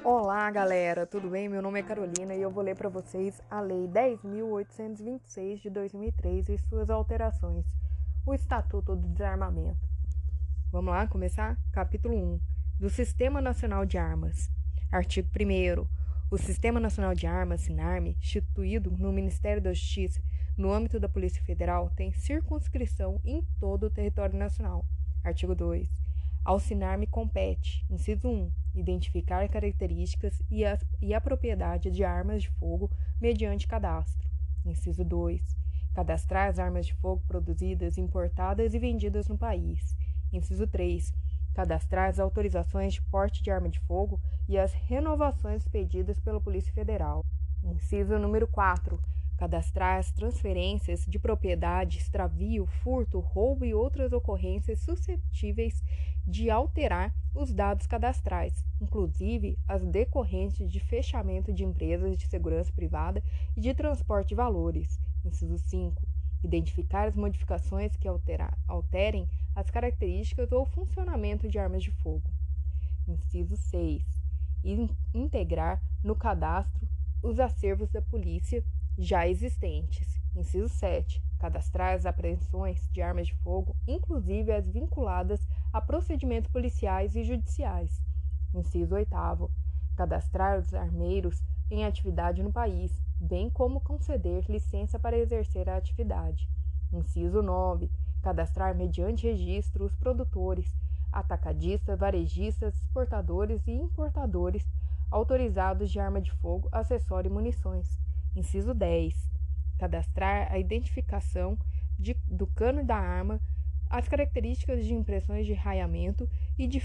Olá, galera, tudo bem? Meu nome é Carolina e eu vou ler para vocês a Lei 10.826 de 2003 e suas alterações, o Estatuto do Desarmamento. Vamos lá, começar? Capítulo 1. Do Sistema Nacional de Armas. Artigo 1º. O Sistema Nacional de Armas, SINARM, instituído no Ministério da Justiça, no âmbito da Polícia Federal, tem circunscrição em todo o território nacional. Artigo 2. Ao SINARM compete, inciso 1, identificar características e a propriedade de armas de fogo mediante cadastro. Inciso 2. Cadastrar as armas de fogo produzidas, importadas e vendidas no país. Inciso 3. Cadastrar as autorizações de porte de arma de fogo e as renovações pedidas pela Polícia Federal. Inciso número 4. Cadastrar as transferências de propriedade, extravio, furto, roubo e outras ocorrências suscetíveis de alterar os dados cadastrais, inclusive as decorrentes de fechamento de empresas de segurança privada e de transporte de valores. Inciso 5. Identificar as modificações que alterem as características ou funcionamento de armas de fogo. Inciso 6. Integrar no cadastro os acervos da polícia já existentes. Inciso 7. Cadastrar as apreensões de armas de fogo, inclusive as vinculadas a procedimentos policiais e judiciais. Inciso 8. Cadastrar os armeiros em atividade no país, bem como conceder licença para exercer a atividade. Inciso 9. Cadastrar mediante registro os produtores, atacadistas, varejistas, exportadores e importadores autorizados de arma de fogo, acessório e munições. Inciso 10. Cadastrar a identificação do cano da arma, as características de impressões de raiamento e de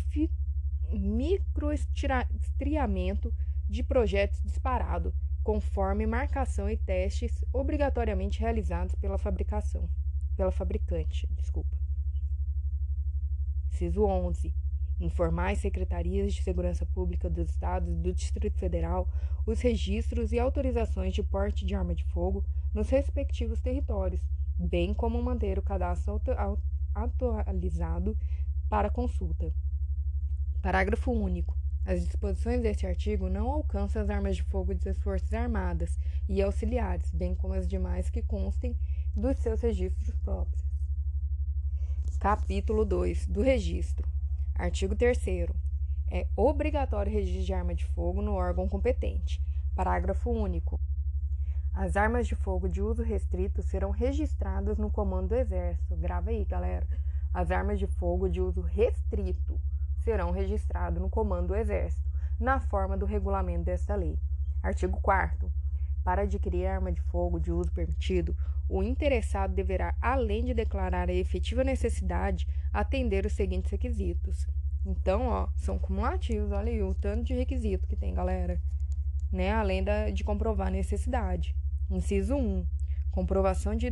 microestriamento de projéteis disparados, conforme marcação e testes obrigatoriamente realizados pela fabricante. Inciso 11. Informar as secretarias de segurança pública dos estados e do Distrito Federal os registros e autorizações de porte de arma de fogo nos respectivos territórios, bem como manter o cadastro atualizado para consulta. Parágrafo único. As disposições deste artigo não alcançam as armas de fogo das Forças Armadas e auxiliares, bem como as demais que constem dos seus registros próprios. Capítulo 2. Do registro. Artigo 3º. É obrigatório o registro de arma de fogo no órgão competente. Parágrafo único. As armas de fogo de uso restrito serão registradas no Comando do Exército. Grava aí, galera. As armas de fogo de uso restrito serão registradas no Comando do Exército, na forma do regulamento desta lei. Artigo 4º. Para adquirir arma de fogo de uso permitido, o interessado deverá, além de declarar a efetiva necessidade, atender os seguintes requisitos. Então, são cumulativos, olha aí o tanto de requisito que tem, galera, né? Além de comprovar a necessidade. Inciso 1. Comprovação de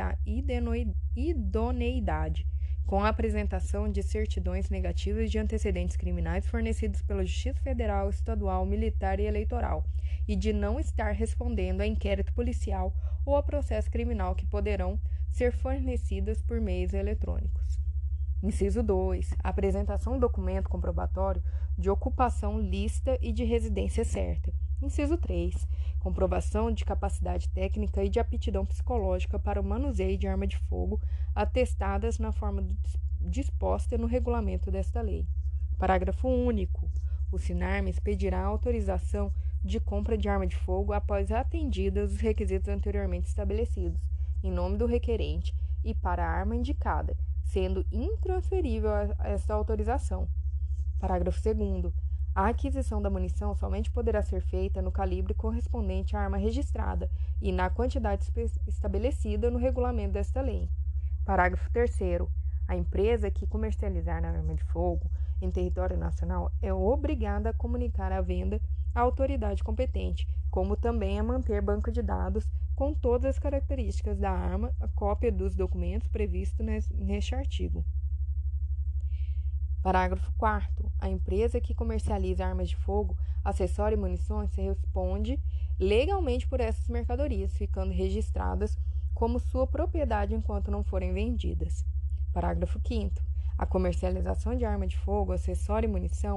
idoneidade, com a apresentação de certidões negativas de antecedentes criminais fornecidos pela Justiça Federal, Estadual, Militar e Eleitoral, e de não estar respondendo a inquérito policial ou a processo criminal que poderão ser fornecidas por meios eletrônicos. Inciso 2. Apresentação do documento comprobatório de ocupação lícita e de residência certa. Inciso 3. Comprovação de capacidade técnica e de aptidão psicológica para o manuseio de arma de fogo, atestadas na forma disposta no regulamento desta lei. Parágrafo único. O SINARM expedirá autorização de compra de arma de fogo após atendidos os requisitos anteriormente estabelecidos, em nome do requerente e para a arma indicada, sendo intransferível esta autorização. Parágrafo 2º. A aquisição da munição somente poderá ser feita no calibre correspondente à arma registrada e na quantidade estabelecida no regulamento desta lei. Parágrafo 3º. A empresa que comercializar a arma de fogo em território nacional é obrigada a comunicar a venda à autoridade competente, como também a manter banco de dados com todas as características da arma, a cópia dos documentos previstos neste artigo. Parágrafo 4º. A empresa que comercializa armas de fogo, acessórios e munições responde legalmente por essas mercadorias, ficando registradas como sua propriedade enquanto não forem vendidas. Parágrafo 5º. A comercialização de arma de fogo, acessório e munição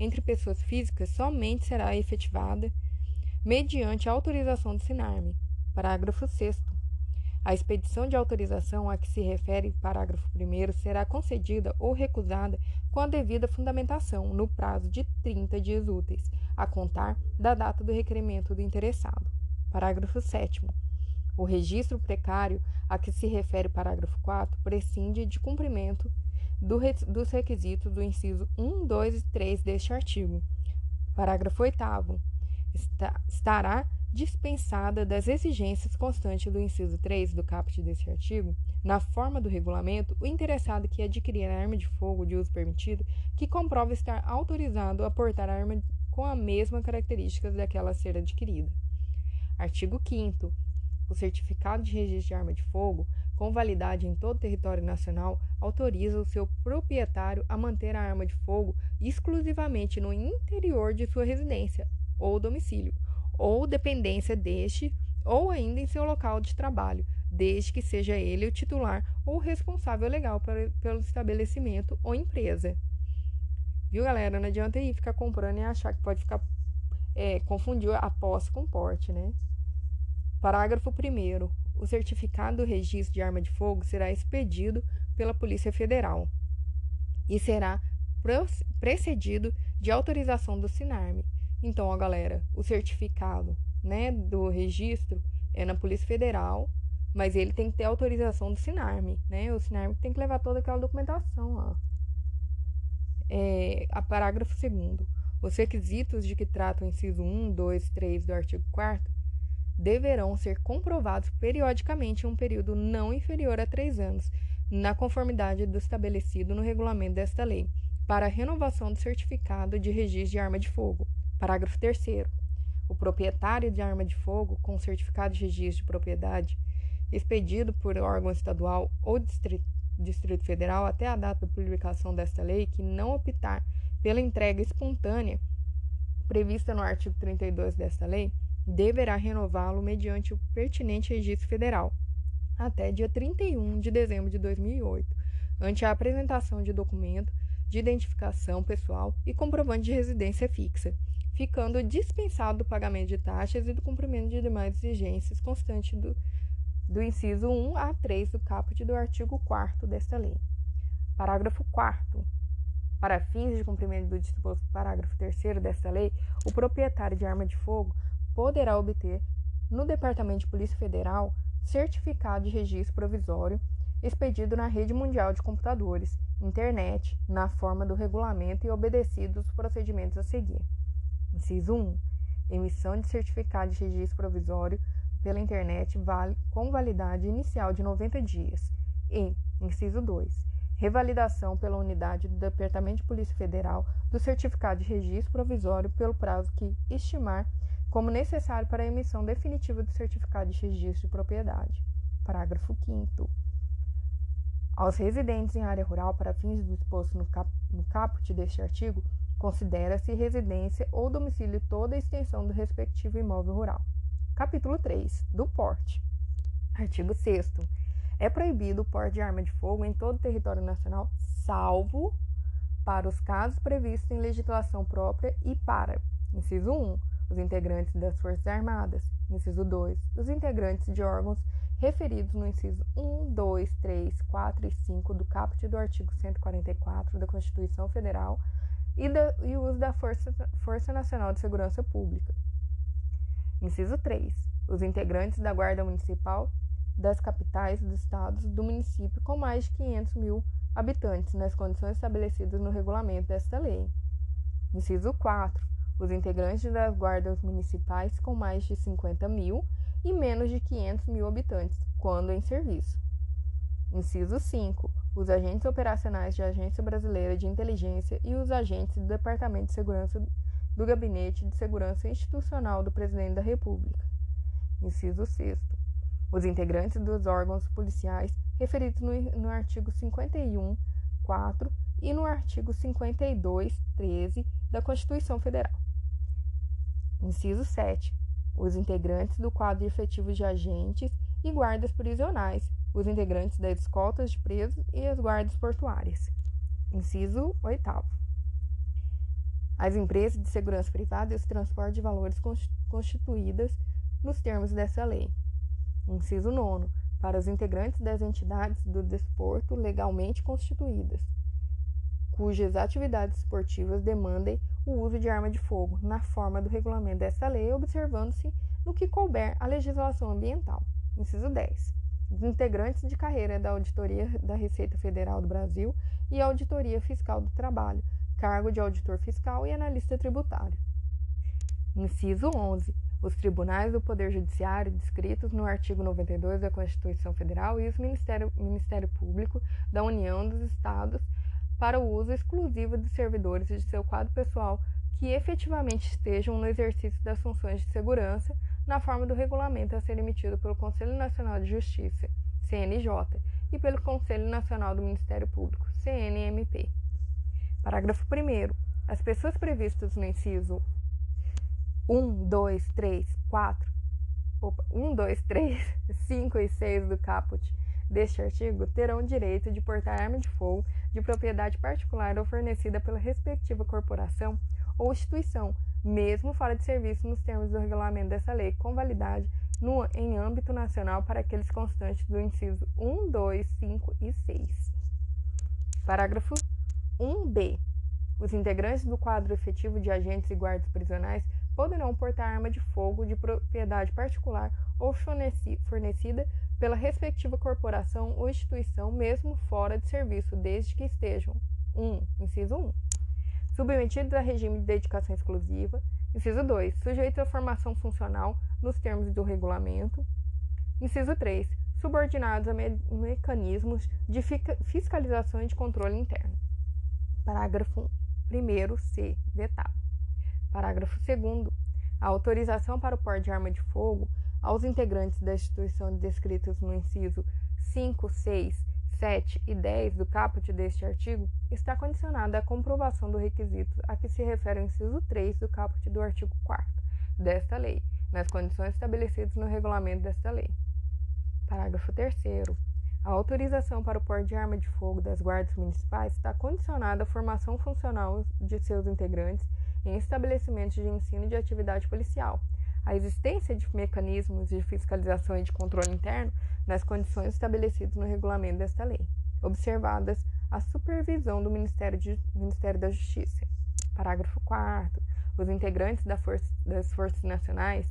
entre pessoas físicas somente será efetivada mediante autorização do SINARME. Parágrafo 6º. A expedição de autorização a que se refere o parágrafo 1º será concedida ou recusada com a devida fundamentação, no prazo de 30 dias úteis, a contar da data do requerimento do interessado. Parágrafo 7º. O registro precário a que se refere o parágrafo 4 prescinde de cumprimento dos requisitos do inciso 1, 2 e 3 deste artigo. Parágrafo 8º. Estará dispensada das exigências constantes do inciso 3 do caput deste artigo, na forma do regulamento, o interessado que adquirir a arma de fogo de uso permitido, que comprova estar autorizado a portar a arma com a mesma características daquela a ser adquirida. Artigo 5º. O certificado de registro de arma de fogo, com validade em todo o território nacional, autoriza o seu proprietário a manter a arma de fogo exclusivamente no interior de sua residência ou domicílio, ou dependência deste, ou ainda em seu local de trabalho, desde que seja ele o titular ou responsável legal pelo estabelecimento ou empresa. Viu, galera? Não adianta aí ficar comprando e achar que pode ficar confundir a posse com porte, né? Parágrafo 1º. O certificado do registro de arma de fogo será expedido pela Polícia Federal e será precedido de autorização do SINARME. Então, ó, galera, o certificado, né, do registro é na Polícia Federal, mas ele tem que ter autorização do SINARME, né? O SINARME tem que levar toda aquela documentação lá. A parágrafo 2º. Os requisitos de que trata o inciso 1, 2 e 3 do artigo 4º deverão ser comprovados periodicamente em um período não inferior a 3 anos, na conformidade do estabelecido no regulamento desta lei, para a renovação do certificado de registro de arma de fogo. Parágrafo 3º. O proprietário de arma de fogo com certificado de registro de propriedade expedido por órgão estadual ou Distrito Federal até a data da publicação desta lei que não optar pela entrega espontânea prevista no artigo 32 desta lei, deverá renová-lo mediante o pertinente registro federal até dia 31 de dezembro de 2008, ante a apresentação de documento de identificação pessoal e comprovante de residência fixa, ficando dispensado o pagamento de taxas e do cumprimento de demais exigências constantes do inciso 1 a 3 do caput do artigo 4º desta lei. Parágrafo 4º. Para fins de cumprimento do disposto do parágrafo 3º desta lei, o proprietário de arma de fogo poderá obter, no Departamento de Polícia Federal, certificado de registro provisório expedido na rede mundial de computadores, internet, na forma do regulamento e obedecidos os procedimentos a seguir. Inciso 1. Emissão de certificado de registro provisório pela internet com validade inicial de 90 dias. E, inciso 2. Revalidação pela unidade do Departamento de Polícia Federal do certificado de registro provisório pelo prazo que estimar como necessário para a emissão definitiva do certificado de registro de propriedade. Parágrafo 5º. Aos residentes em área rural, para fins do disposto no caput deste artigo, considera-se residência ou domicílio toda a extensão do respectivo imóvel rural. Capítulo 3. Do porte. Artigo 6º. É proibido o porte de arma de fogo em todo o território nacional, salvo para os casos previstos em legislação própria e para, inciso 1, os integrantes das Forças Armadas, inciso 2, os integrantes de órgãos referidos no inciso 1, 2, 3, 4 e 5 do caput do artigo 144 da Constituição Federal e o uso da Força Nacional de Segurança Pública. Inciso 3. Os integrantes da Guarda Municipal das capitais dos estados do município com mais de 500 mil habitantes, nas condições estabelecidas no regulamento desta lei. Inciso 4. Os integrantes das guardas municipais com mais de 50 mil e menos de 500 mil habitantes, quando em serviço. Inciso 5. Os agentes operacionais da Agência Brasileira de Inteligência e os agentes do Departamento de Segurança do Gabinete de Segurança Institucional do Presidente da República. Inciso 6. Os integrantes dos órgãos policiais referidos no artigo 51, 4 e no artigo 52, 13 da Constituição Federal. Inciso 7. Os integrantes do quadro efetivo de agentes e guardas prisionais, os integrantes das escoltas de presos e as guardas portuárias. Inciso 8. as empresas de segurança privada e os transportes de valores constituídas nos termos dessa lei. Inciso 9. Para os integrantes das entidades do desporto legalmente constituídas, cujas atividades esportivas demandem o uso de arma de fogo, na forma do regulamento dessa lei, observando-se no que couber a legislação ambiental. Inciso 10. Os integrantes de carreira da Auditoria da Receita Federal do Brasil e Auditoria Fiscal do Trabalho, cargo de auditor fiscal e analista tributário. Inciso 11. Os tribunais do Poder Judiciário descritos no artigo 92 da Constituição Federal e os Ministério Público da União dos Estados para o uso exclusivo de servidores de seu quadro pessoal que efetivamente estejam no exercício das funções de segurança, na forma do regulamento a ser emitido pelo Conselho Nacional de Justiça, CNJ, e pelo Conselho Nacional do Ministério Público, CNMP. Parágrafo 1º. As pessoas previstas no inciso 1, 2, 3, 5 e 6 do caput deste artigo terão direito de portar arma de fogo de propriedade particular ou fornecida pela respectiva corporação ou instituição, mesmo fora de serviço nos termos do regulamento dessa lei, com validade em âmbito nacional para aqueles constantes do inciso 1, 2, 5 e 6. Parágrafo 1b. Os integrantes do quadro efetivo de agentes e guardas prisionais poderão portar arma de fogo de propriedade particular ou fornecida pela respectiva corporação ou instituição, mesmo fora de serviço, desde que estejam: 1. Inciso 1. Submetidos a regime de dedicação exclusiva. Inciso 2. Sujeitos à formação funcional nos termos do regulamento. Inciso 3. Subordinados a mecanismos de fiscalização e de controle interno. Parágrafo 1º-C. Vetado. Parágrafo 2º. A autorização para o porte de arma de fogo aos integrantes da instituição descritos no inciso 5, 6, 7 e 10 do caput deste artigo está condicionada à comprovação do requisito a que se refere o inciso 3 do caput do artigo 4º desta lei, nas condições estabelecidas no regulamento desta lei. Parágrafo 3º. A autorização para o porte de arma de fogo das guardas municipais está condicionada à formação funcional de seus integrantes em estabelecimentos de ensino e de atividade policial, a existência de mecanismos de fiscalização e de controle interno nas condições estabelecidas no regulamento desta lei, observadas a supervisão do Ministério da Justiça. Parágrafo 4º. Os integrantes das Forças Nacionais,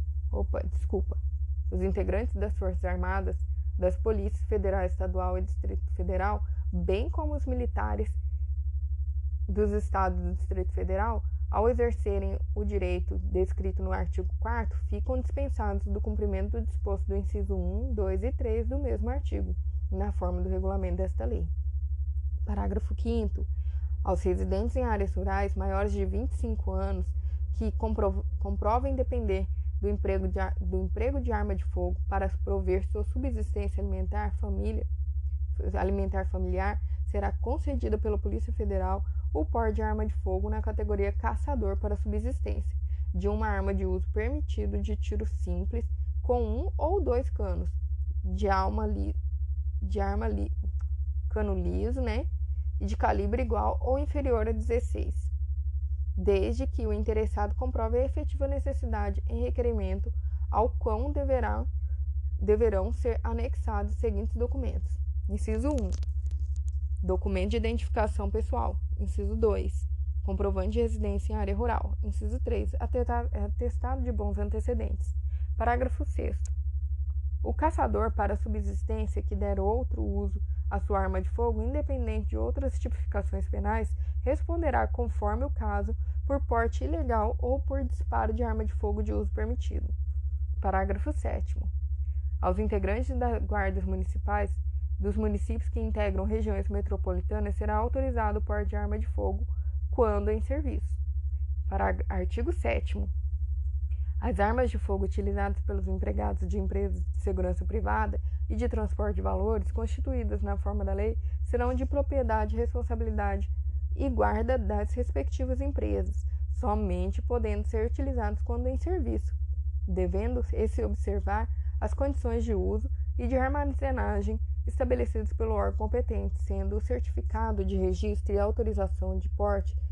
os integrantes das Forças Armadas, das Polícias Federal, Estadual e Distrito Federal, bem como os militares dos Estados do Distrito Federal, ao exercerem o direito descrito no artigo 4º, ficam dispensados do cumprimento do disposto do inciso 1, 2 e 3 do mesmo artigo, na forma do regulamento desta lei. Parágrafo 5º. Aos residentes em áreas rurais maiores de 25 anos que comprovem depender do emprego de arma de fogo para prover sua subsistência alimentar familiar, será concedida pela Polícia Federal o porte de arma de fogo na categoria caçador para subsistência, de uma arma de uso permitido de tiro simples com 1 ou 2 canos, cano liso, e de calibre igual ou inferior a 16, desde que o interessado comprove a efetiva necessidade em requerimento, ao qual deverão ser anexados os seguintes documentos. Inciso 1. Documento de identificação pessoal. Inciso 2. Comprovante de residência em área rural. Inciso 3. Atestado de bons antecedentes. Parágrafo 6º. O caçador para subsistência que der outro uso à sua arma de fogo, independente de outras tipificações penais, responderá, conforme o caso, por porte ilegal ou por disparo de arma de fogo de uso permitido. Parágrafo 7º. Aos integrantes das guardas municipais dos municípios que integram regiões metropolitanas será autorizado o porte de arma de fogo quando em serviço. Artigo 7º. As armas de fogo utilizadas pelos empregados de empresas de segurança privada e de transporte de valores, constituídas na forma da lei, serão de propriedade, responsabilidade e guarda das respectivas empresas, somente podendo ser utilizados quando em serviço, devendo esse observar as condições de uso e de armazenagem estabelecidos pelo órgão competente, sendo o certificado de registro e autorização de porte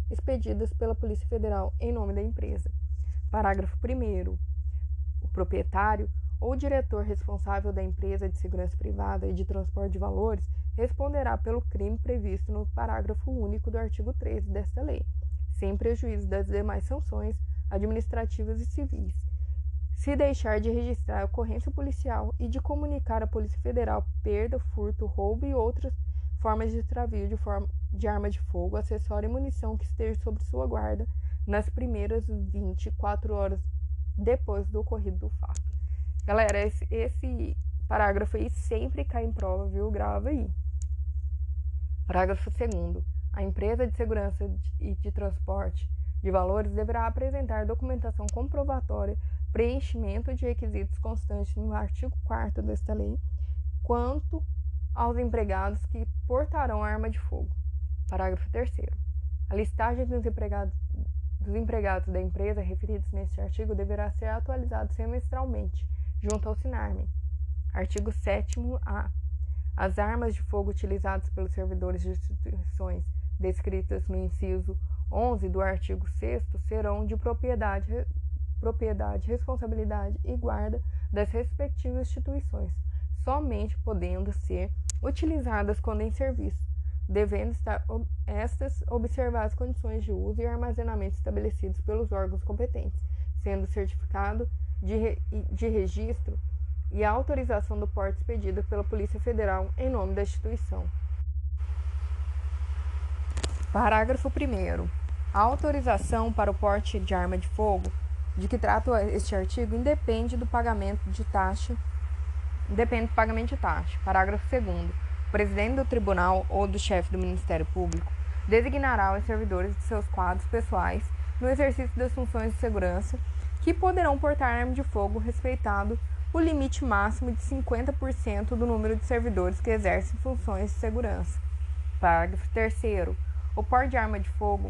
expedidas pela Polícia Federal em nome da empresa. Parágrafo 1º. O proprietário ou diretor responsável da empresa de segurança privada e de transporte de valores responderá pelo crime previsto no parágrafo único do artigo 13 desta lei, sem prejuízo das demais sanções administrativas e civis, se deixar de registrar a ocorrência policial e de comunicar à Polícia Federal perda, furto, roubo e outras formas de extravio de arma de fogo, acessório e munição que esteja sob sua guarda nas primeiras 24 horas depois do ocorrido do fato. Galera, esse parágrafo aí sempre cai em prova, viu? Grava aí. Parágrafo 2º. A empresa de segurança e de transporte de valores deverá apresentar documentação comprobatória, preenchimento de requisitos constantes no artigo 4º desta lei, quanto aos empregados que portarão arma de fogo. Parágrafo 3º. A listagem dos empregados da empresa referidos neste artigo deverá ser atualizada semestralmente, junto ao SINARME. Artigo 7º-A. As armas de fogo utilizadas pelos servidores de instituições descritas no inciso 11 do artigo 6º serão de propriedade, responsabilidade e guarda das respectivas instituições, somente podendo ser utilizadas quando em serviço, devendo estar estas observar as condições de uso e armazenamento estabelecidos pelos órgãos competentes, sendo certificado de registro e a autorização do porte expedida pela Polícia Federal em nome da instituição. Parágrafo 1º. A autorização para o porte de arma de fogo, de que trata este artigo, independe do pagamento de taxa. Parágrafo 2º. O presidente do tribunal ou do chefe do Ministério Público designará os servidores de seus quadros pessoais no exercício das funções de segurança que poderão portar arma de fogo, respeitado o limite máximo de 50% do número de servidores que exercem funções de segurança. Parágrafo 3º. O porte de arma de fogo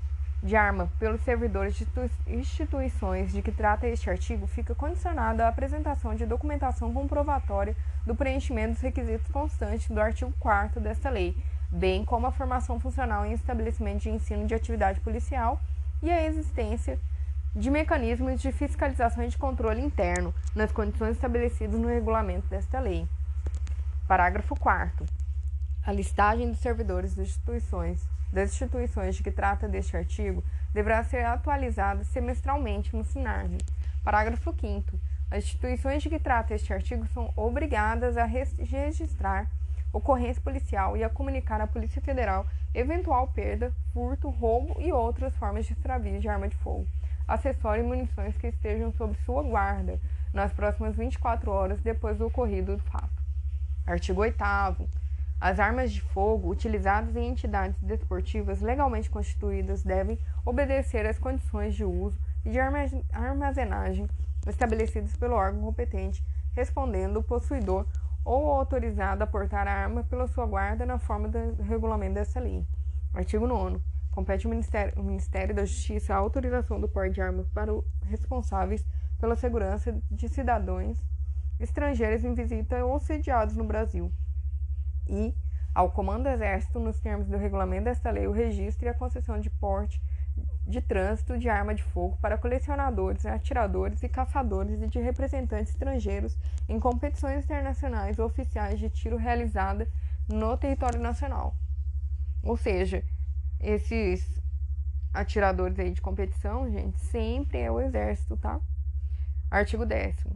pelos servidores de instituições de que trata este artigo fica condicionado à apresentação de documentação comprobatória do preenchimento dos requisitos constantes do artigo 4º desta lei, bem como a formação funcional em estabelecimento de ensino de atividade policial e a existência de mecanismos de fiscalização e de controle interno nas condições estabelecidas no regulamento desta lei. Parágrafo 4º. A listagem dos servidores das instituições de que trata deste artigo deverá ser atualizada semestralmente no SINARME. Parágrafo 5º. As instituições de que trata este artigo são obrigadas a registrar ocorrência policial e a comunicar à Polícia Federal eventual perda, furto, roubo e outras formas de extravio de arma de fogo, acessório e munições que estejam sob sua guarda nas próximas 24 horas depois do ocorrido do fato. Artigo 8º. As armas de fogo utilizadas em entidades desportivas legalmente constituídas devem obedecer às condições de uso e de armazenagem estabelecidas pelo órgão competente, respondendo o possuidor ou autorizado a portar a arma pela sua guarda na forma do regulamento dessa lei. Artigo 9º. Compete ao Ministério da Justiça a autorização do porte de armas para os responsáveis pela segurança de cidadãos estrangeiros em visita ou sediados no Brasil. E, ao Comando do Exército, nos termos do regulamento desta lei, o registro e a concessão de porte de trânsito de arma de fogo para colecionadores, atiradores e caçadores e de representantes estrangeiros em competições internacionais ou oficiais de tiro realizada no território nacional. Ou seja, esses atiradores aí de competição, gente, sempre é o Exército, tá? Artigo 10º.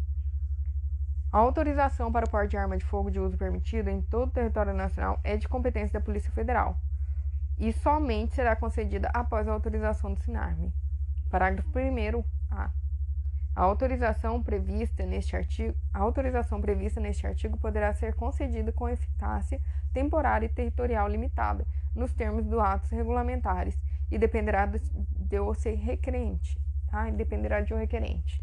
A autorização para o porte de arma de fogo de uso permitido em todo o território nacional é de competência da Polícia Federal e somente será concedida após a autorização do SINARME. Parágrafo 1º-A. A autorização prevista neste artigo poderá ser concedida com eficácia temporária e territorial limitada, nos termos dos atos regulamentares, e dependerá do requerente. Tá? Dependerá de um requerente.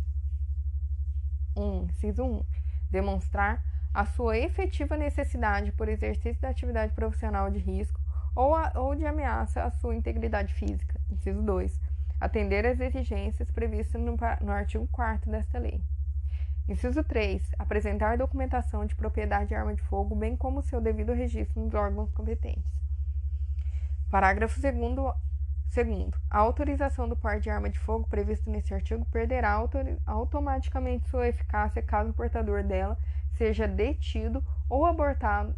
Inciso 1. Demonstrar a sua efetiva necessidade por exercício da atividade profissional de risco ou de ameaça à sua integridade física. Inciso 2. Atender às exigências previstas no artigo 4º desta lei. Inciso 3. Apresentar documentação de propriedade de arma de fogo, bem como seu devido registro nos órgãos competentes. Parágrafo Segundo, a autorização do porte de arma de fogo prevista nesse artigo perderá automaticamente sua eficácia caso o portador dela seja detido ou abortado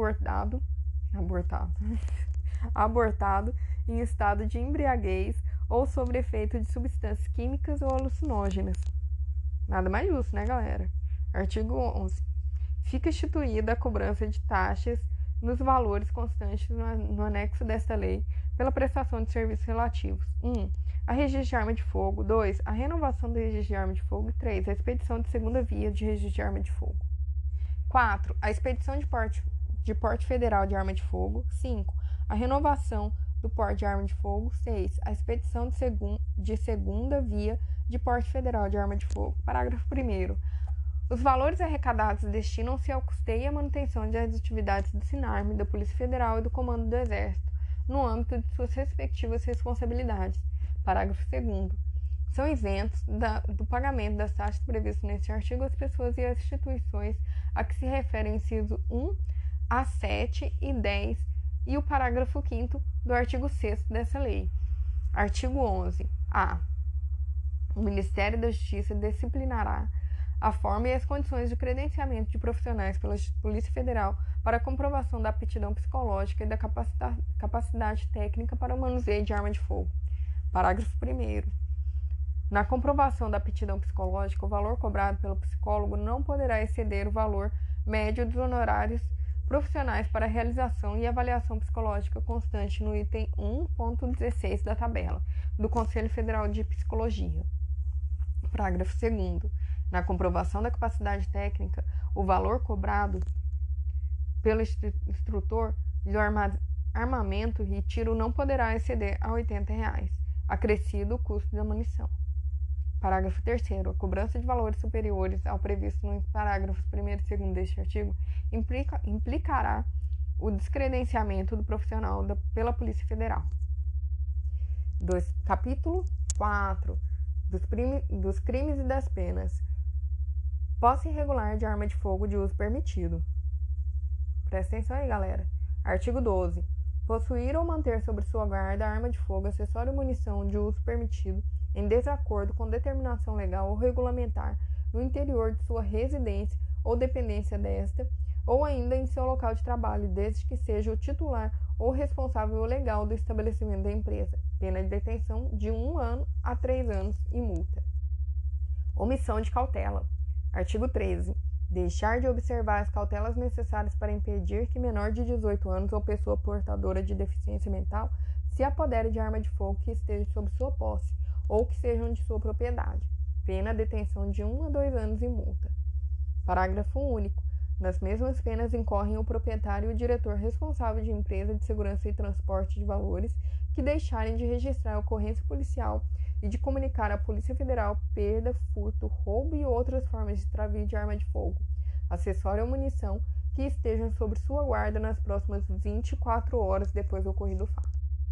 em estado de embriaguez ou sob efeito de substâncias químicas ou alucinógenas. Nada mais justo, né, galera? Artigo 11. Fica instituída a cobrança de taxas nos valores constantes no anexo desta lei pela prestação de serviços relativos. 1. A registro de arma de fogo. 2. A renovação do registro de arma de fogo. 3. A expedição de segunda via de registro de arma de fogo. 4. A expedição de porte federal de arma de fogo. 5. A renovação do porte de arma de fogo. 6. A expedição de segunda via de porte federal de arma de fogo. Parágrafo 1º. Os valores arrecadados destinam-se ao custeio e à manutenção das atividades do SINARM, da Polícia Federal e do Comando do Exército, no âmbito de suas respectivas responsabilidades. Parágrafo 2º. São isentos do pagamento das taxas previstas neste artigo as pessoas e as instituições a que se refere o inciso 1 a 7 e 10 e o parágrafo 5º do artigo 6º dessa lei. Artigo 11. A. O Ministério da Justiça disciplinará a forma e as condições de credenciamento de profissionais pela Polícia Federal para comprovação da aptidão psicológica e da capacidade técnica para o manuseio de arma de fogo. Parágrafo 1º. Na comprovação da aptidão psicológica, o valor cobrado pelo psicólogo não poderá exceder o valor médio dos honorários profissionais para realização e avaliação psicológica constante no item 1.16 da tabela do Conselho Federal de Psicologia. Parágrafo 2º. Na comprovação da capacidade técnica, o valor cobrado pelo instrutor do armamento e tiro não poderá exceder a R$ 80, acrescido o custo da munição. Parágrafo 3º. A cobrança de valores superiores ao previsto nos parágrafos 1º e 2º deste artigo implicará o descredenciamento do profissional pela Polícia Federal. Capítulo 4. Dos crimes e das penas. Posse irregular de arma de fogo de uso permitido. Presta atenção aí, galera. Artigo 12. Possuir ou manter sobre sua guarda arma de fogo, acessório ou munição de uso permitido em desacordo com determinação legal ou regulamentar no interior de sua residência ou dependência desta, ou ainda em seu local de trabalho, desde que seja o titular ou responsável legal do estabelecimento da empresa. Pena de detenção de 1 ano a 3 anos e multa. Omissão de cautela. Artigo 13. Deixar de observar as cautelas necessárias para impedir que menor de 18 anos ou pessoa portadora de deficiência mental se apodere de arma de fogo que esteja sob sua posse ou que sejam de sua propriedade. Pena detenção de 1 a 2 anos e multa. Parágrafo único. Nas mesmas penas incorrem o proprietário e o diretor responsável de empresa de segurança e transporte de valores que deixarem de registrar a ocorrência policial e de comunicar à Polícia Federal perda, furto, roubo e outras formas de extravio de arma de fogo, acessório ou munição que estejam sob sua guarda nas próximas 24 horas depois do ocorrido fato.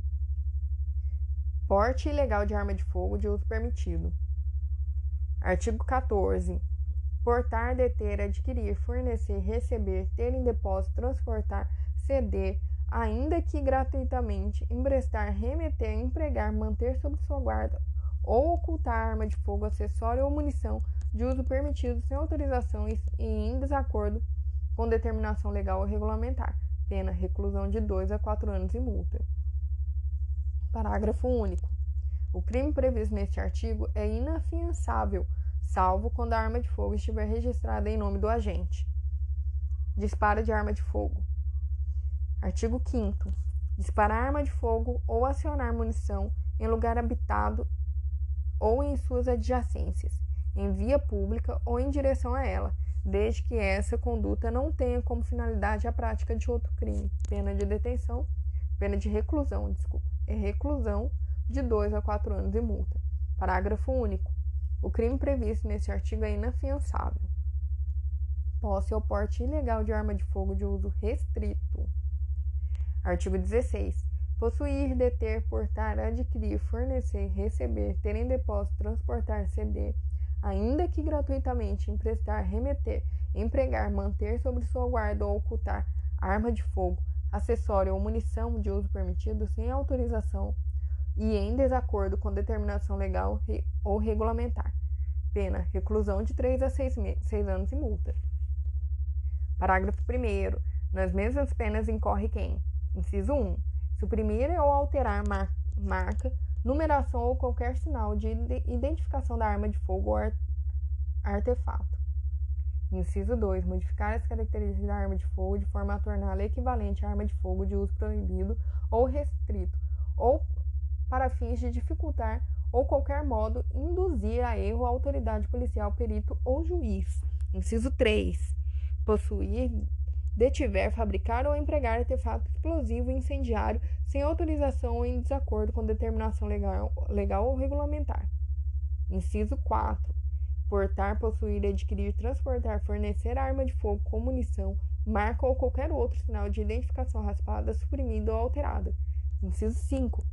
Porte ilegal de arma de fogo de uso permitido. Artigo 14. Portar, deter, adquirir, fornecer, receber, ter em depósito, transportar, ceder, ainda que gratuitamente, emprestar, remeter, empregar, manter sob sua guarda ou ocultar arma de fogo, acessório ou munição de uso permitido sem autorização e em desacordo com determinação legal ou regulamentar. Pena, reclusão de 2 a 4 anos e multa. Parágrafo único. O crime previsto neste artigo é inafiançável, salvo quando a arma de fogo estiver registrada em nome do agente. Disparo de arma de fogo. Artigo 5º. Disparar arma de fogo ou acionar munição em lugar habitado ou em suas adjacências, em via pública ou em direção a ela, desde que essa conduta não tenha como finalidade a prática de outro crime. Pena de reclusão, reclusão de 2 a 4 anos e multa. Parágrafo único. O crime previsto neste artigo é inafiançável. Posse ou porte ilegal de arma de fogo de uso restrito. Artigo 16. Possuir, deter, portar, adquirir, fornecer, receber, ter em depósito, transportar, ceder, ainda que gratuitamente, emprestar, remeter, empregar, manter sobre sua guarda ou ocultar arma de fogo, acessório ou munição de uso permitido sem autorização e em desacordo com determinação legal ou regulamentar. Pena, reclusão de 3 a 6 anos e multa. Parágrafo 1º. Nas mesmas penas incorre quem? Inciso 1. Suprimir ou alterar marca, numeração ou qualquer sinal de identificação da arma de fogo ou artefato. Inciso 2. Modificar as características da arma de fogo de forma a torná-la equivalente à arma de fogo de uso proibido ou restrito, ou para fins de dificultar ou qualquer modo induzir a erro a autoridade policial, perito ou juiz. Inciso 3. Possuir, detiver, fabricar ou empregar artefato explosivo e incendiário sem autorização ou em desacordo com determinação legal ou regulamentar. Inciso 4. Portar, possuir, adquirir, transportar, fornecer arma de fogo com munição, marca ou qualquer outro sinal de identificação raspada, suprimida ou alterada. Inciso 5.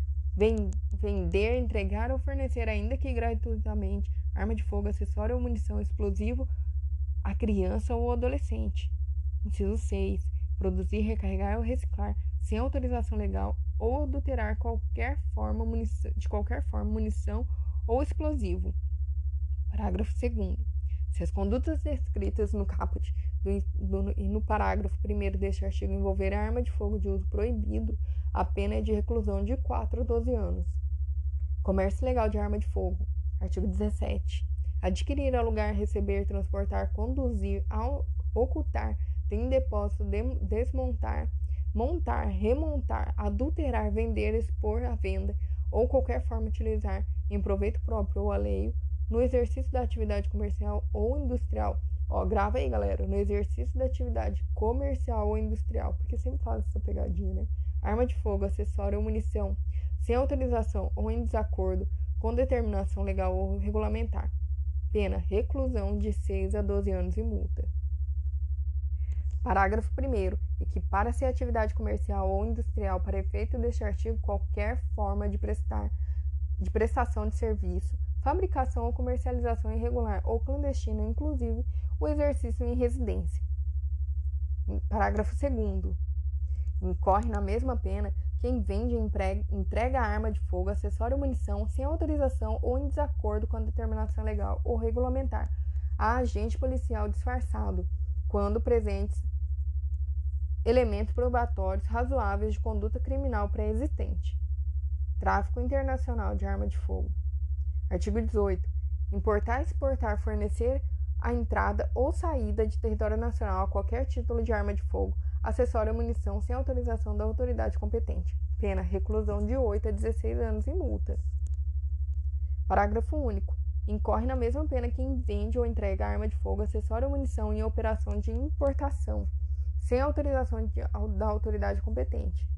Vender, entregar ou fornecer, ainda que gratuitamente, arma de fogo, acessório ou munição explosivo a criança ou adolescente. Inciso 6. Produzir, recarregar ou reciclar, sem autorização legal, ou adulterar de qualquer forma munição ou explosivo. Parágrafo 2º. Se as condutas descritas no caput e no parágrafo 1º deste artigo envolverem arma de fogo de uso proibido, a pena é de reclusão de 4 a 12 anos. Comércio ilegal de arma de fogo. Artigo 17. Adquirir, alugar, receber, transportar, conduzir, ocultar, ter em depósito, desmontar, montar, remontar, adulterar, vender, expor à venda ou qualquer forma utilizar em proveito próprio ou alheio, no exercício da atividade comercial ou industrial. Grava aí, galera, no exercício da atividade comercial ou industrial, porque sempre faz essa pegadinha, né? Arma de fogo, acessório ou munição, sem autorização ou em desacordo com determinação legal ou regulamentar. Pena, reclusão de 6 a 12 anos e multa. Parágrafo 1º. Equipara-se a atividade comercial ou industrial para efeito deste artigo qualquer forma de prestação de serviço, fabricação ou comercialização irregular ou clandestina, inclusive o exercício em residência. Parágrafo 2º. Incorre na mesma pena quem vende e entrega arma de fogo, acessório ou munição sem autorização ou em desacordo com a determinação legal ou regulamentar a agente policial disfarçado, quando presentes elementos probatórios razoáveis de conduta criminal pré-existente. Tráfico internacional de arma de fogo. Artigo 18. Importar, exportar, fornecer a entrada ou saída de território nacional a qualquer título de arma de fogo, acessório ou munição sem autorização da autoridade competente. Pena, reclusão de 8 a 16 anos e multa. Parágrafo único. Incorre na mesma pena quem vende ou entrega arma de fogo, acessório ou munição em operação de importação, sem autorização da autoridade competente.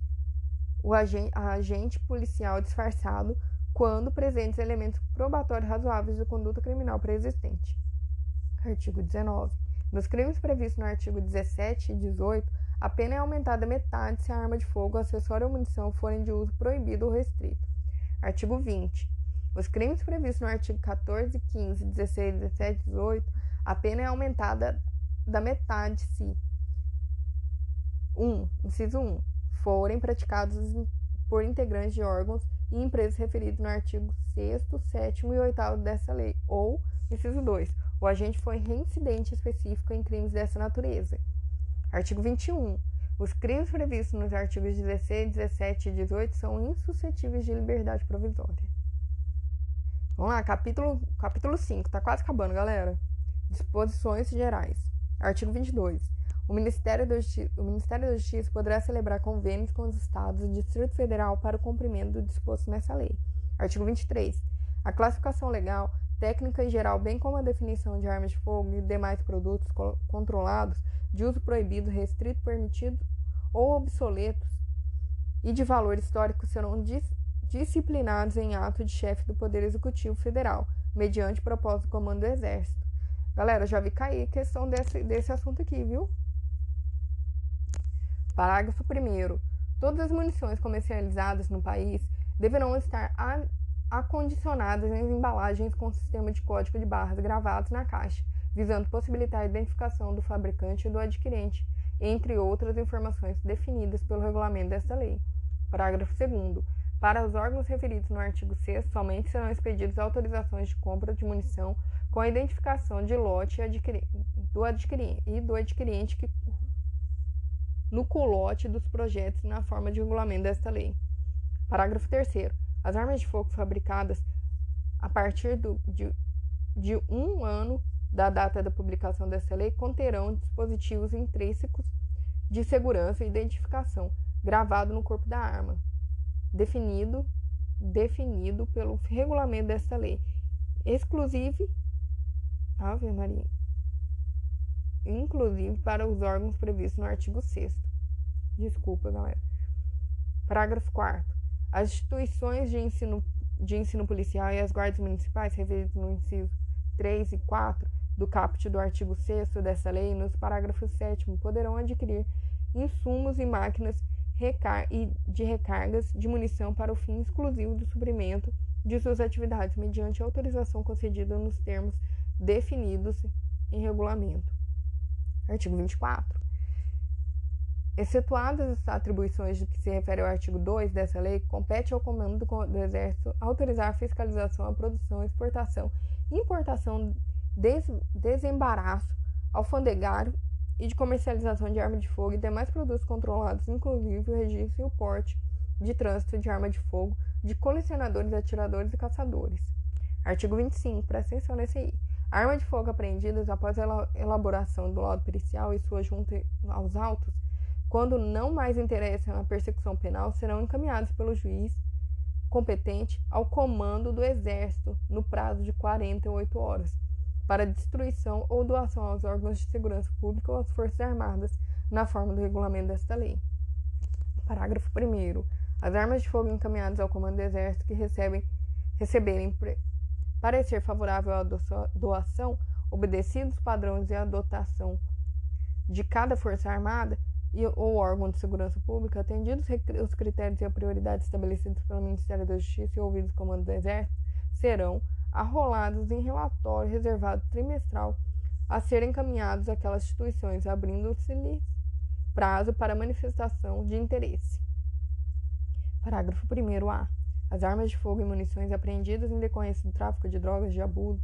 A agente policial disfarçado, quando presentes elementos probatórios razoáveis de conduta criminal pré-existente. Artigo 19. Nos crimes previstos no artigo 17 e 18, a pena é aumentada a metade se a arma de fogo, acessório ou munição forem de uso proibido ou restrito. Artigo 20. Os crimes previstos no artigo 14, 15, 16, 17 e 18, a pena é aumentada da metade se inciso 1, forem praticados por integrantes de órgãos e empresas referidos no artigo 6º, 7º e 8º dessa lei, ou, inciso 2, o agente foi reincidente específico em crimes dessa natureza. Artigo 21. Os crimes previstos nos artigos 16, 17 e 18 são insuscetíveis de liberdade provisória. Vamos lá, capítulo 5, tá quase acabando, galera. Disposições gerais. Artigo 22. O Ministério da Justiça poderá celebrar convênios com os Estados e Distrito Federal para o cumprimento do disposto nessa lei. Artigo 23. A classificação legal, técnica e geral, bem como a definição de armas de fogo e demais produtos controlados, de uso proibido, restrito, permitido ou obsoletos e de valor histórico serão disciplinados em ato de chefe do Poder Executivo Federal, mediante propósito do Comando do Exército. Galera, já vi cair a questão desse assunto aqui, viu? Parágrafo 1º. Todas as munições comercializadas no país deverão estar acondicionadas em embalagens com sistema de código de barras gravados na caixa, visando possibilitar a identificação do fabricante e do adquirente, entre outras informações definidas pelo regulamento desta lei. Parágrafo 2º. Para os órgãos referidos no artigo 6º, somente serão expedidas autorizações de compra de munição com a identificação de lote do adquirente que no culote dos projetos na forma de regulamento desta lei. Parágrafo 3º. As armas de fogo fabricadas a partir de 1 ano da data da publicação desta lei conterão dispositivos intrínsecos de segurança e identificação gravado no corpo da arma, definido pelo regulamento desta lei, inclusive para os órgãos previstos no artigo 6º. Desculpa, galera. Parágrafo 4º. As instituições de ensino policial e as guardas municipais referidas no inciso 3 e 4 do caput do artigo 6º dessa lei, nos parágrafos 7º, poderão adquirir insumos e máquinas de recargas de munição para o fim exclusivo do suprimento de suas atividades, mediante autorização concedida nos termos definidos em regulamento. Artigo 24. Excetuadas as atribuições de que se refere ao artigo 2 dessa lei, compete ao Comando do Exército autorizar a fiscalização, a produção, exportação, importação, desembaraço, alfandegário e de comercialização de arma de fogo e demais produtos controlados, inclusive o registro e o porte de trânsito de arma de fogo de colecionadores, atiradores e caçadores. Artigo 25. Presta atenção nesse aí. A arma de fogo apreendidas após a elaboração do laudo pericial e sua junta aos autos, quando não mais interessam a persecução penal, serão encaminhados pelo juiz competente ao comando do Exército no prazo de 48 horas, para destruição ou doação aos órgãos de segurança pública ou às Forças Armadas, na forma do regulamento desta lei. Parágrafo 1º. As armas de fogo encaminhadas ao comando do Exército que receberem parecer favorável à doação, obedecidos os padrões e a dotação de cada Força Armada ou órgão de segurança pública, atendidos os critérios e a prioridade estabelecidos pelo Ministério da Justiça e ouvidos o comando do Exército, serão arrolados em relatório reservado trimestral a serem encaminhados àquelas instituições, abrindo-se-lhes prazo para manifestação de interesse. Parágrafo 1º-A. As armas de fogo e munições apreendidas em decorrência do tráfico de drogas de abuso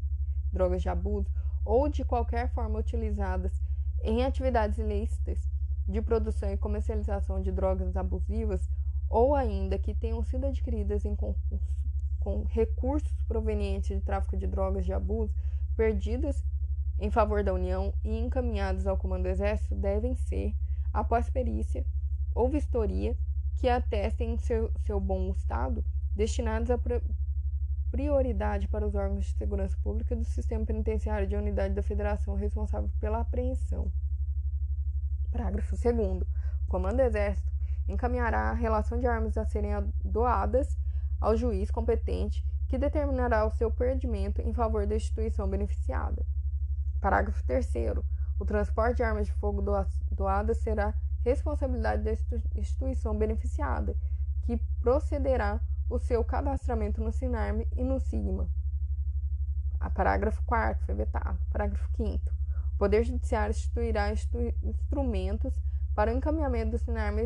ou de qualquer forma utilizadas em atividades ilícitas de produção e comercialização de drogas abusivas, ou ainda que tenham sido adquiridas com recursos provenientes de tráfico de drogas de abuso, perdidas em favor da União e encaminhados ao Comando do Exército, devem ser, após perícia ou vistoria que atestem seu bom estado, destinados a prioridade para os órgãos de segurança pública do sistema penitenciário de unidade da Federação responsável pela apreensão. Parágrafo 2º. O Comando do Exército encaminhará a relação de armas a serem doadas ao juiz competente, que determinará o seu perdimento em favor da instituição beneficiada. Parágrafo 3º. O transporte de armas de fogo doadas será responsabilidade da instituição beneficiada, que procederá o seu cadastramento no SINARME e no SIGMA. Parágrafo 4º. Foi vetado. Parágrafo 5º. O Poder Judiciário instituirá instrumentos para o encaminhamento do SINARME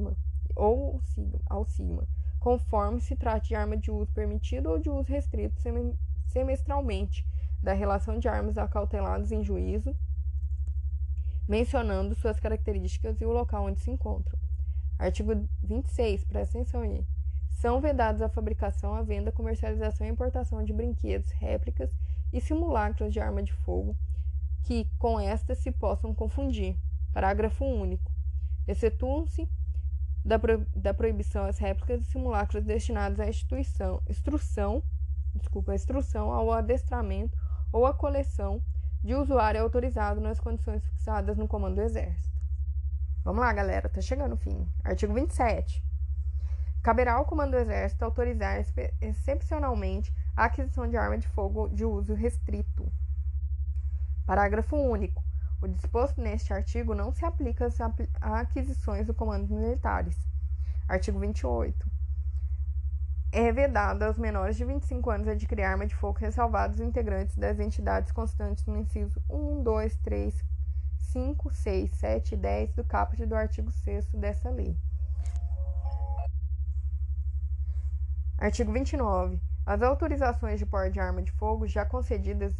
ao SIGMA, conforme se trate de arma de uso permitido ou de uso restrito semestralmente, da relação de armas acauteladas em juízo, mencionando suas características e o local onde se encontram. Artigo 26. Presta atenção aí. São vedados a fabricação, a venda, comercialização e importação de brinquedos, réplicas e simulacros de arma de fogo que com estas se possam confundir. Parágrafo único. Excetuam-se da proibição as réplicas e simulacros destinados à instrução ao adestramento ou à coleção de usuário autorizado nas condições fixadas no Comando do Exército. Vamos lá, galera, tá chegando o fim. Artigo 27. Caberá ao Comando do Exército autorizar excepcionalmente a aquisição de arma de fogo de uso restrito. Parágrafo único. O disposto neste artigo não se aplica a aquisições do Comando Militares. Artigo 28. É vedado aos menores de 25 anos adquirir arma de fogo, ressalvados os integrantes das entidades constantes no inciso 1, 2, 3, 5, 6, 7 e 10 do caput do artigo 6º dessa lei. Artigo 29. As autorizações de porte de arma de fogo já concedidas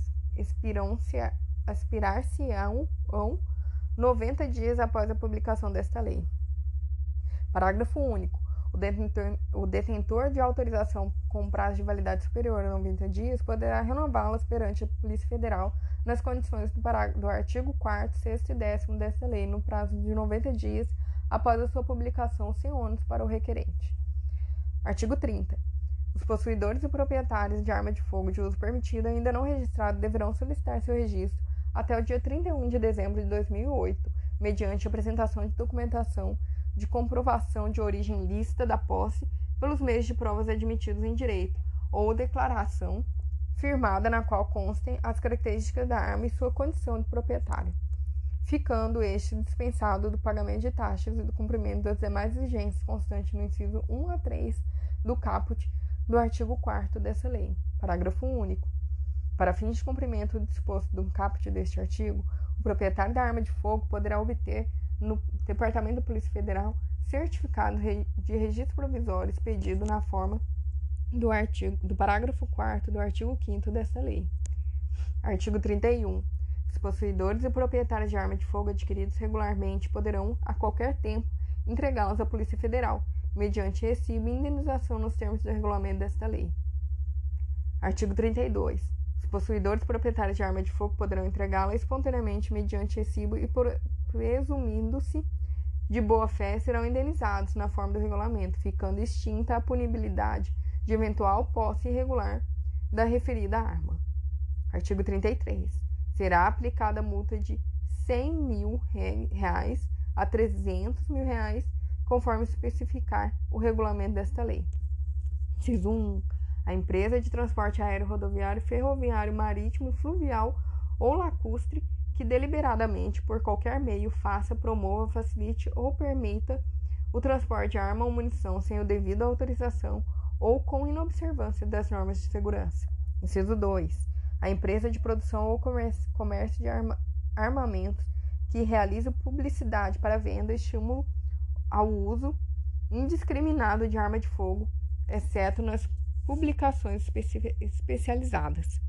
expirar-se-ão 90 dias após a publicação desta lei. Parágrafo único. O detentor de autorização com prazo de validade superior a 90 dias poderá renová-las perante a Polícia Federal nas condições do artigo 4º, 6º e 10º desta lei, no prazo de 90 dias após a sua publicação, sem ônus para o requerente. Artigo 30. Os possuidores e proprietários de arma de fogo de uso permitido ainda não registrado deverão solicitar seu registro até o dia 31 de dezembro de 2008, mediante apresentação de documentação de comprovação de origem lícita da posse pelos meios de provas admitidos em direito, ou declaração firmada na qual constem as características da arma e sua condição de proprietário, ficando este dispensado do pagamento de taxas e do cumprimento das demais exigências constantes no inciso 1 a 3 do caput do artigo 4º dessa lei. Parágrafo único. Para fins de cumprimento do disposto do caput deste artigo, o proprietário da arma de fogo poderá obter no Departamento da Polícia Federal certificado de registro provisório expedido na forma do parágrafo 4º do artigo 5º desta lei. Artigo 31. Os possuidores e proprietários de arma de fogo adquiridos regularmente poderão, a qualquer tempo, entregá-las à Polícia Federal, mediante recibo e indenização nos termos do regulamento desta lei. Artigo 32. Os possuidores e proprietários de arma de fogo poderão entregá-la espontaneamente mediante recibo e, presumindo-se de boa-fé, serão indenizados na forma do regulamento, ficando extinta a punibilidade de eventual posse irregular da referida arma. Artigo 33. Será aplicada multa de R$100 mil a R$300 mil, conforme especificar o regulamento desta lei. Inciso 1. A empresa de transporte aéreo, rodoviário, ferroviário, marítimo, fluvial ou lacustre que deliberadamente, por qualquer meio, faça, promova, facilite ou permita o transporte de arma ou munição sem o devido autorização ou com inobservância das normas de segurança. Inciso 2. A empresa de produção ou comércio de armamentos que realiza publicidade para venda e estímulo ao uso indiscriminado de arma de fogo, exceto nas publicações especializadas.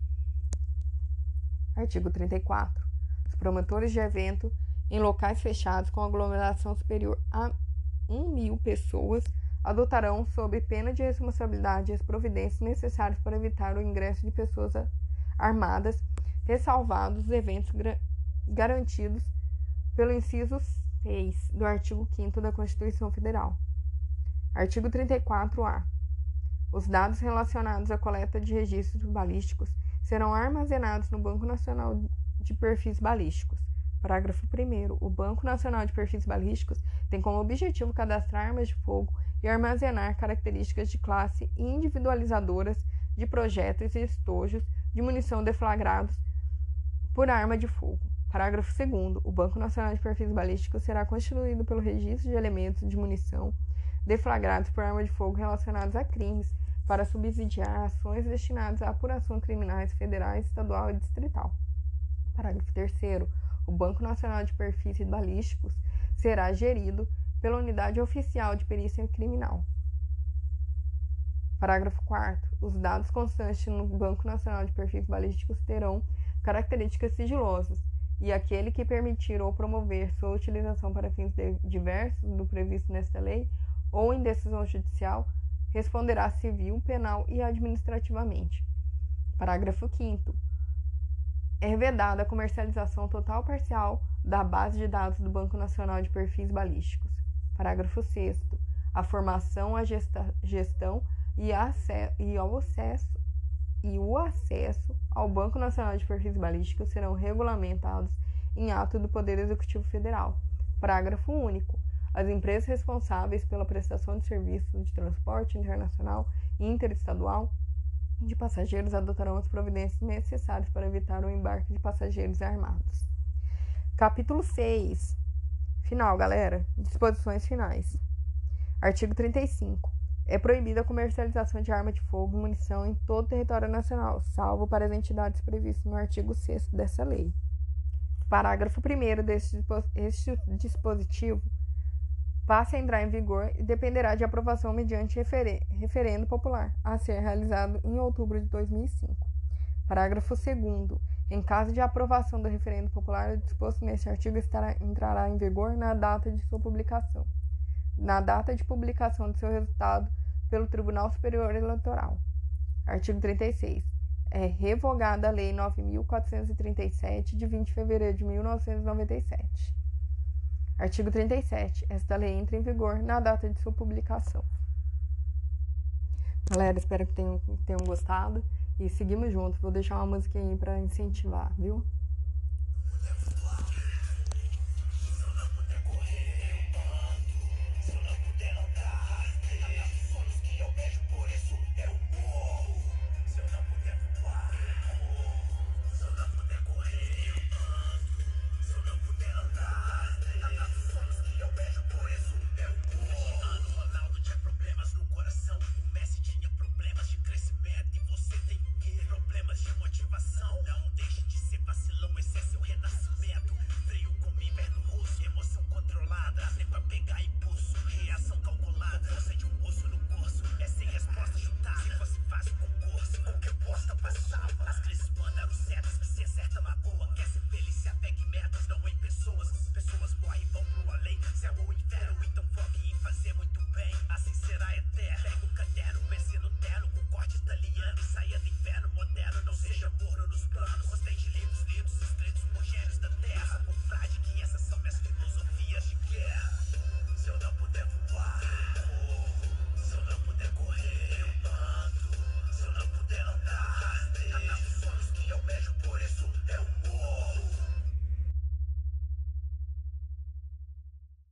Artigo 34. Os promotores de evento em locais fechados com aglomeração superior a 1.000 pessoas adotarão, sob pena de responsabilidade, as providências necessárias para evitar o ingresso de pessoas armadas, ressalvados os eventos garantidos pelo inciso 6 do artigo 5º da Constituição Federal. Artigo 34-A. Os dados relacionados à coleta de registros balísticos serão armazenados no Banco Nacional de Perfis Balísticos. Parágrafo 1º. O Banco Nacional de Perfis Balísticos tem como objetivo cadastrar armas de fogo e armazenar características de classe individualizadoras de projéteis e estojos de munição deflagrados por arma de fogo. Parágrafo 2º. O Banco Nacional de Perfis Balísticos será constituído pelo registro de elementos de munição deflagrados por arma de fogo relacionados a crimes, para subsidiar ações destinadas à apuração criminais federais, estadual e distrital. Parágrafo 3º. O Banco Nacional de Perfis Balísticos será gerido pela Unidade Oficial de Perícia Criminal. Parágrafo 4º. Os dados constantes no Banco Nacional de Perfis Balísticos terão características sigilosas, e aquele que permitir ou promover sua utilização para fins diversos do previsto nesta lei ou em decisão judicial responderá civil, penal e administrativamente. Parágrafo 5º. É vedada a comercialização total ou parcial da base de dados do Banco Nacional de Perfis Balísticos. Parágrafo 6º. A formação, a gestão e o acesso ao Banco Nacional de Perfis Balísticos serão regulamentados em ato do Poder Executivo Federal. Parágrafo único. As empresas responsáveis pela prestação de serviços de transporte internacional e interestadual de passageiros adotarão as providências necessárias para evitar o embarque de passageiros armados. Capítulo 6. Final, galera. Disposições finais. Artigo 35. É proibida a comercialização de arma de fogo e munição em todo o território nacional, salvo para as entidades previstas no artigo 6º dessa lei. Parágrafo 1º deste dispositivo passe a entrar em vigor e dependerá de aprovação mediante referendo popular, a ser realizado em outubro de 2005. Parágrafo 2º. Em caso de aprovação do referendo popular, o disposto neste artigo entrará em vigor na data de sua publicação, na data de publicação de seu resultado pelo Tribunal Superior Eleitoral. Artigo 36. É revogada a Lei 9.437, de 20 de fevereiro de 1997. Artigo 37. Esta lei entra em vigor na data de sua publicação. Galera, espero que tenham gostado e seguimos juntos. Vou deixar uma música aí para incentivar, viu?